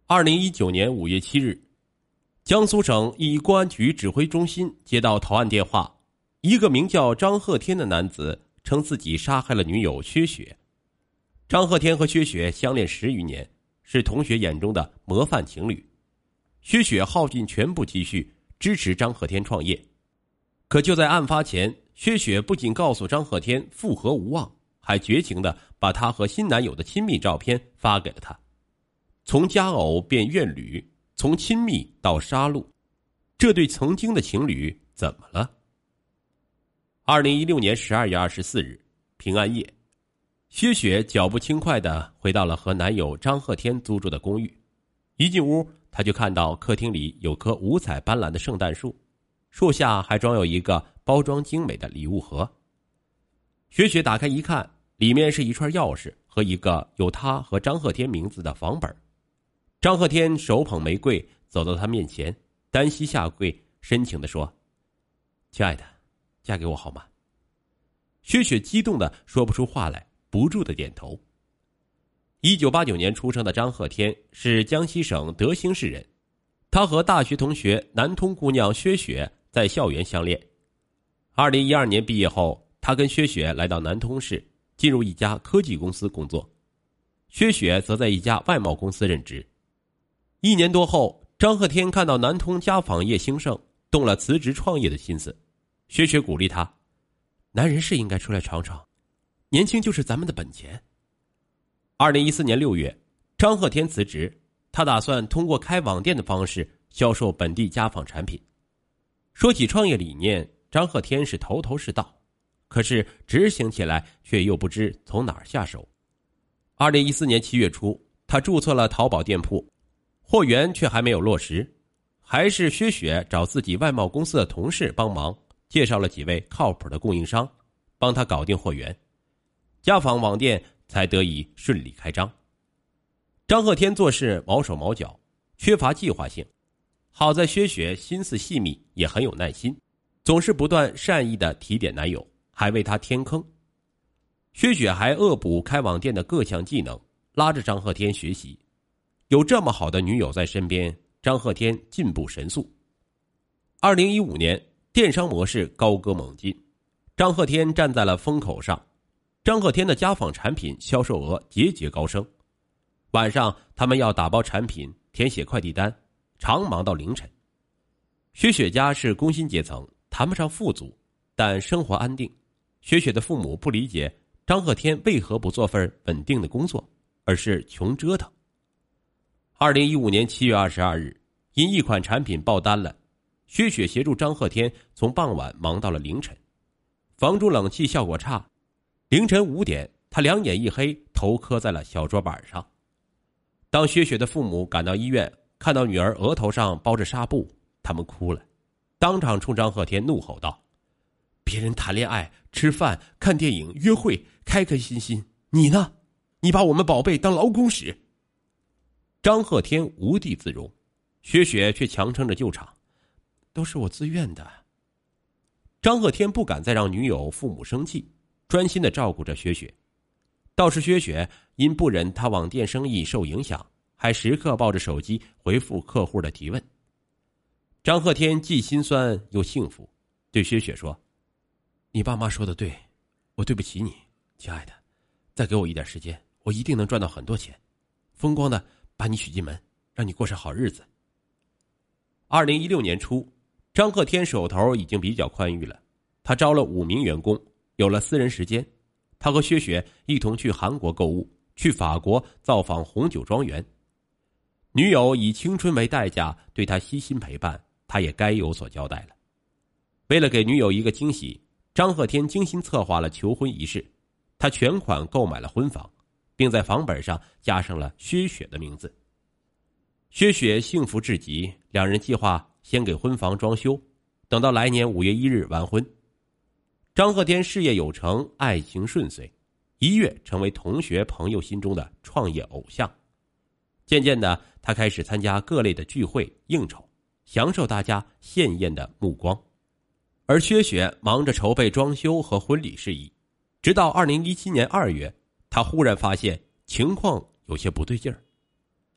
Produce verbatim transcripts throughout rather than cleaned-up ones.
二零一九年五月七日，江苏省一公安局指挥中心接到投案电话，一个名叫张鹤天的男子称自己杀害了女友薛雪。张鹤天和薛雪相恋十余年，是同学眼中的模范情侣。薛雪耗尽全部积蓄支持张鹤天创业，可就在案发前，薛雪不仅告诉张鹤天复合无望，还绝情地把他和新男友的亲密照片发给了他。从佳偶变怨侣，从亲密到杀戮，这对曾经的情侣怎么了？二零一六年十二月二十四日，平安夜，薛雪脚步轻快地回到了和男友张鹤天租住的公寓。一进屋，她就看到客厅里有棵五彩斑斓的圣诞树，树下还装有一个包装精美的礼物盒。薛雪打开一看，里面是一串钥匙和一个有她和张鹤天名字的房本。张鹤天手捧玫瑰走到她面前，单膝下跪，深情地说：“亲爱的，嫁给我好吗？”薛雪激动的说不出话来，不住的点头。一九八九年出生的张鹤天是江西省德兴市人，他和大学同学南通姑娘薛雪在校园相恋。二零一二年毕业后，他跟薛雪来到南通市，进入一家科技公司工作，薛雪则在一家外贸公司任职。一年多后，张鹤天看到南通家纺业兴盛，动了辞职创业的心思。薛雪鼓励他：“男人是应该出来闯闯，年轻就是咱们的本钱。”二零一四年六月，张鹤天辞职，他打算通过开网店的方式销售本地家纺产品。说起创业理念，张鹤天是头头是道，可是执行起来却又不知从哪儿下手。二零一四年七月初，他注册了淘宝店铺，货源却还没有落实，还是薛雪找自己外贸公司的同事帮忙，介绍了几位靠谱的供应商，帮他搞定货源，家纺网店才得以顺利开张。张鹤天做事毛手毛脚，缺乏计划性，好在薛雪心思细密，也很有耐心，总是不断善意地提点男友，还为他填坑。薛雪还恶补开网店的各项技能，拉着张鹤天学习。有这么好的女友在身边，张鹤天进步神速。二零一五年，电商模式高歌猛进，张鹤天站在了风口上。张鹤天的家纺产品销售额节节高升，晚上他们要打包产品，填写快递单，常忙到凌晨。薛雪家是工薪阶层，谈不上富足，但生活安定。薛雪的父母不理解张鹤天为何不做份稳定的工作，而是穷折腾。二零一五年七月二十二日，因一款产品爆单了，薛雪协助张鹤天从傍晚忙到了凌晨。房中冷气效果差，凌晨五点，他两眼一黑，头磕在了小桌板上。当薛雪的父母赶到医院，看到女儿额头上包着纱布，他们哭了，当场冲张鹤天怒吼道：“别人谈恋爱、吃饭、看电影、约会，开开心心，你呢？你把我们宝贝当劳工使。”张鹤天无地自容，薛雪却强撑着救场：“都是我自愿的。”张鹤天不敢再让女友父母生气，专心地照顾着薛雪。倒是薛雪因不忍他网店生意受影响，还时刻抱着手机回复客户的提问。张鹤天既心酸又幸福，对薛雪说：“你爸妈说的对，我对不起你，亲爱的，再给我一点时间，我一定能赚到很多钱，风光的把你娶进门，让你过上好日子。”二零一六年初，张鹤天手头已经比较宽裕了，他招了五名员工，有了私人时间。他和薛雪一同去韩国购物，去法国造访红酒庄园。女友以青春为代价对他悉心陪伴，他也该有所交代了。为了给女友一个惊喜，张鹤天精心策划了求婚仪式，他全款购买了婚房，并在房本上加上了薛雪的名字。薛雪幸福至极，两人计划先给婚房装修，等到来年五月一日完婚。张鹤天事业有成，爱情顺遂，一跃成为同学朋友心中的创业偶像。渐渐的，他开始参加各类的聚会应酬，享受大家羡艳的目光。而薛雪忙着筹备装修和婚礼事宜，直到二零一七年二月，他忽然发现情况有些不对劲儿。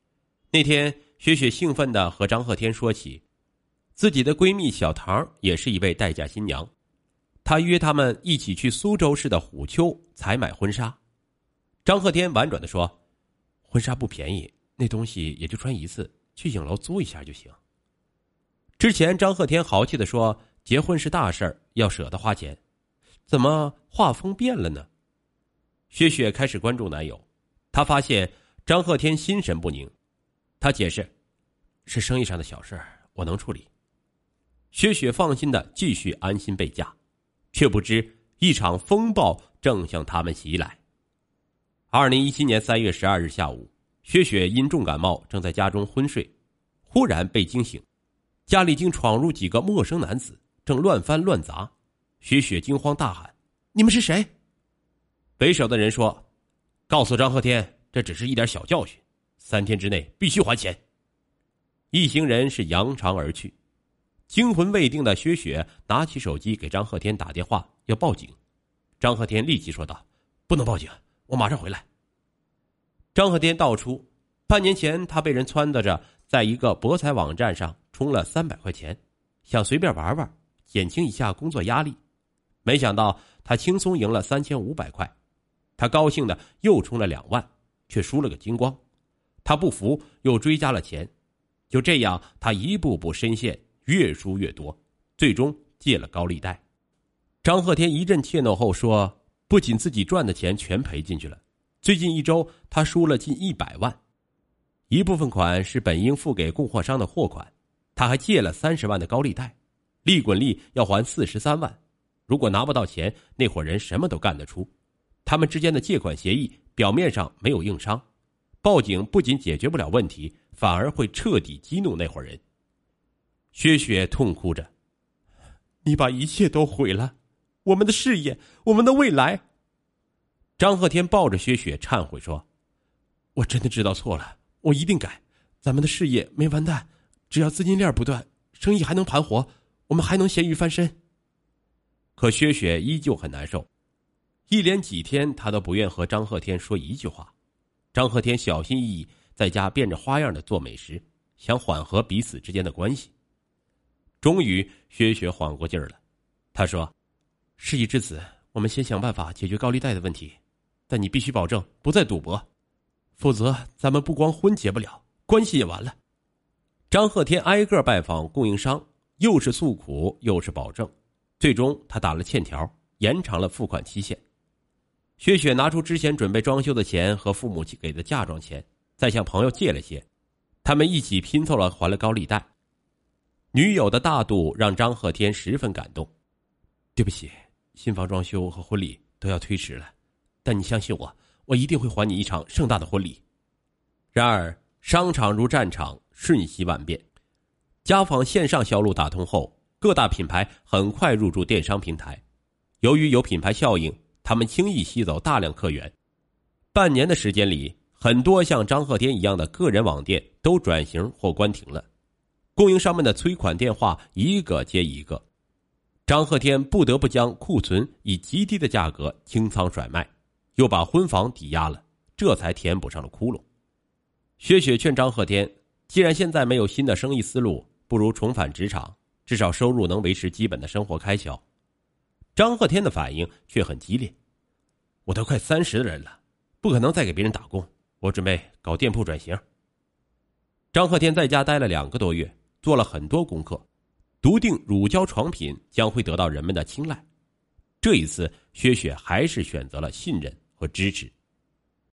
那天，雪雪兴奋地和张鹤天说起，自己的闺蜜小唐也是一位待嫁新娘，她约他们一起去苏州市的虎丘采买婚纱。张鹤天婉转地说：“婚纱不便宜，那东西也就穿一次，去影楼租一下就行。”之前张鹤天豪气地说：“结婚是大事儿，要舍得花钱。”怎么画风变了呢？雪雪开始关注男友，她发现张鹤天心神不宁。他解释：“是生意上的小事，我能处理。”雪雪放心的继续安心备嫁，却不知一场风暴正向他们袭来。二零一七年三月十二日下午，雪雪因重感冒正在家中昏睡，忽然被惊醒，家里竟闯入几个陌生男子，正乱翻乱砸。雪雪惊慌大喊：“你们是谁？”为首的人说：“告诉张鹤天，这只是一点小教训，三天之内必须还钱。”一行人是扬长而去。惊魂未定的雪雪拿起手机给张鹤天打电话要报警。张鹤天立即说道：“不能报警，我马上回来。”张鹤天道出，半年前他被人撺掇着在一个博彩网站上充了三百块钱，想随便玩玩，减轻一下工作压力。没想到他轻松赢了三千五百块，他高兴的又充了两万，却输了个精光。他不服，又追加了钱。就这样，他一步步深陷，越输越多，最终借了高利贷。张鹤天一阵怯懦后说，不仅自己赚的钱全赔进去了，最近一周他输了近一百万。一部分款是本应付给供货商的货款，他还借了三十万的高利贷，利滚利要还四十三万。如果拿不到钱，那伙人什么都干得出。他们之间的借款协议表面上没有硬伤，报警不仅解决不了问题，反而会彻底激怒那伙人。薛雪痛哭着：“你把一切都毁了，我们的事业，我们的未来。”张鹤天抱着薛雪忏悔说：“我真的知道错了，我一定改。咱们的事业没完蛋，只要资金链不断，生意还能盘活，我们还能咸鱼翻身。”可薛雪依旧很难受，一连几天她都不愿和张鹤天说一句话。张鹤天小心翼翼在家变着花样的做美食，想缓和彼此之间的关系。终于薛雪缓过劲儿了，她说：“事已至此，我们先想办法解决高利贷的问题，但你必须保证不再赌博，否则咱们不光婚结不了，关系也完了。”张鹤天挨个拜访供应商，又是诉苦又是保证，最终他打了欠条，延长了付款期限。薛雪拿出之前准备装修的钱和父母给的嫁妆钱，再向朋友借了些，他们一起拼凑了还了高利贷。女友的大度让张鹤天十分感动。对不起，新房装修和婚礼都要推迟了，但你相信我，我一定会还你一场盛大的婚礼。然而商场如战场，瞬息万变。家纺线上销路打通后，各大品牌很快入驻电商平台。由于有品牌效应，他们轻易吸走大量客源。半年的时间里，很多像张鹤天一样的个人网店都转型或关停了。供应商们的催款电话一个接一个，张鹤天不得不将库存以极低的价格清仓甩卖，又把婚房抵押了，这才填补上了窟窿。薛雪劝张鹤天，既然现在没有新的生意思路，不如重返职场，至少收入能维持基本的生活开销。张鹤天的反应却很激烈：“我都快三十的人了，不可能再给别人打工，我准备搞店铺转型。”张鹤天在家待了两个多月，做了很多功课，笃定乳胶床品将会得到人们的青睐。这一次，薛雪还是选择了信任和支持。